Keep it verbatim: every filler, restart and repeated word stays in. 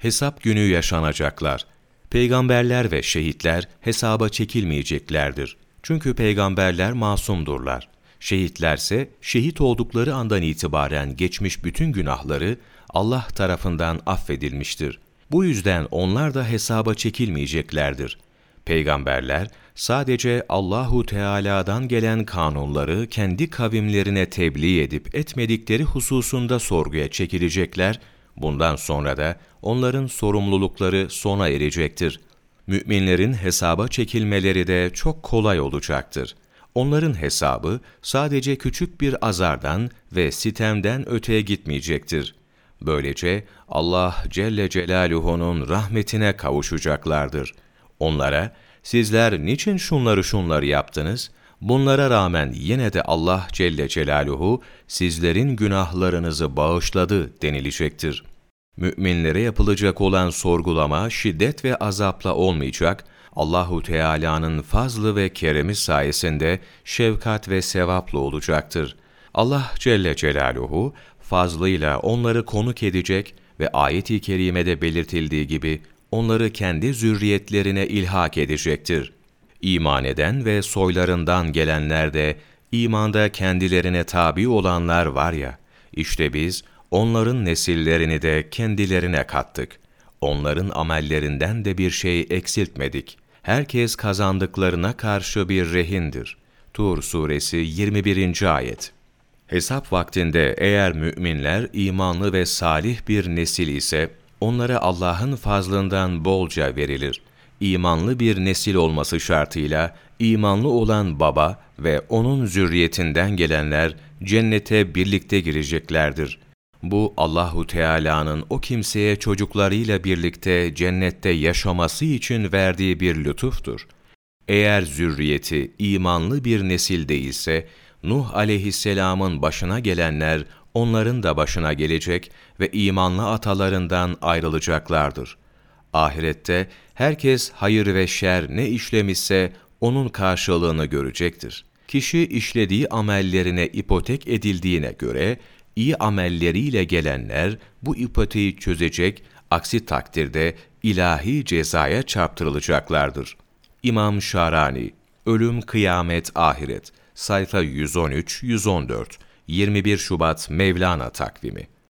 Hesap günü yaşanacaklar. Peygamberler ve şehitler hesaba çekilmeyeceklerdir. Çünkü peygamberler masumdurlar. Şehitlerse şehit oldukları andan itibaren geçmiş bütün günahları Allah tarafından affedilmiştir. Bu yüzden onlar da hesaba çekilmeyeceklerdir. Peygamberler sadece Allahu Teala'dan gelen kanunları kendi kavimlerine tebliğ edip etmedikleri hususunda sorguya çekilecekler. Bundan sonra da onların sorumlulukları sona erecektir. Müminlerin hesaba çekilmeleri de çok kolay olacaktır. Onların hesabı sadece küçük bir azardan ve sitemden öteye gitmeyecektir. Böylece Allah Celle Celaluhu'nun rahmetine kavuşacaklardır. Onlara, sizler niçin şunları şunları yaptınız? Bunlara rağmen yine de Allah Celle Celaluhu sizlerin günahlarınızı bağışladı denilecektir. Müminlere yapılacak olan sorgulama şiddet ve azapla olmayacak, Allahu Teala'nın fazlı ve keremi sayesinde şefkat ve sevapla olacaktır. Allah Celle Celaluhu fazlıyla onları konuk edecek ve ayet-i kerimede belirtildiği gibi onları kendi zürriyetlerine ilhak edecektir. İman eden ve soylarından gelenler de imanda kendilerine tabi olanlar var ya, işte biz onların nesillerini de kendilerine kattık. Onların amellerinden de bir şey eksiltmedik. Herkes kazandıklarına karşı bir rehindir. Tur Suresi yirmi birinci ayet. Hesap vaktinde eğer müminler imanlı ve salih bir nesil ise, onlara Allah'ın fazlından bolca verilir. İmanlı bir nesil olması şartıyla, imanlı olan baba ve onun zürriyetinden gelenler cennete birlikte gireceklerdir. Bu Allahu Teala'nın o kimseye çocuklarıyla birlikte cennette yaşaması için verdiği bir lütuftur. Eğer zürriyeti imanlı bir nesil değilse, Nuh aleyhisselamın başına gelenler onların da başına gelecek ve imanlı atalarından ayrılacaklardır. Ahirette herkes hayır ve şer ne işlemişse onun karşılığını görecektir. Kişi işlediği amellerine ipotek edildiğine göre, iyi amelleriyle gelenler bu ipoteği çözecek, aksi takdirde ilahi cezaya çarptırılacaklardır. İmam Şarani, Ölüm, Kıyamet, Ahiret, sayfa yüz on üç yüz on dört, yirmi bir Şubat Mevlana takvimi.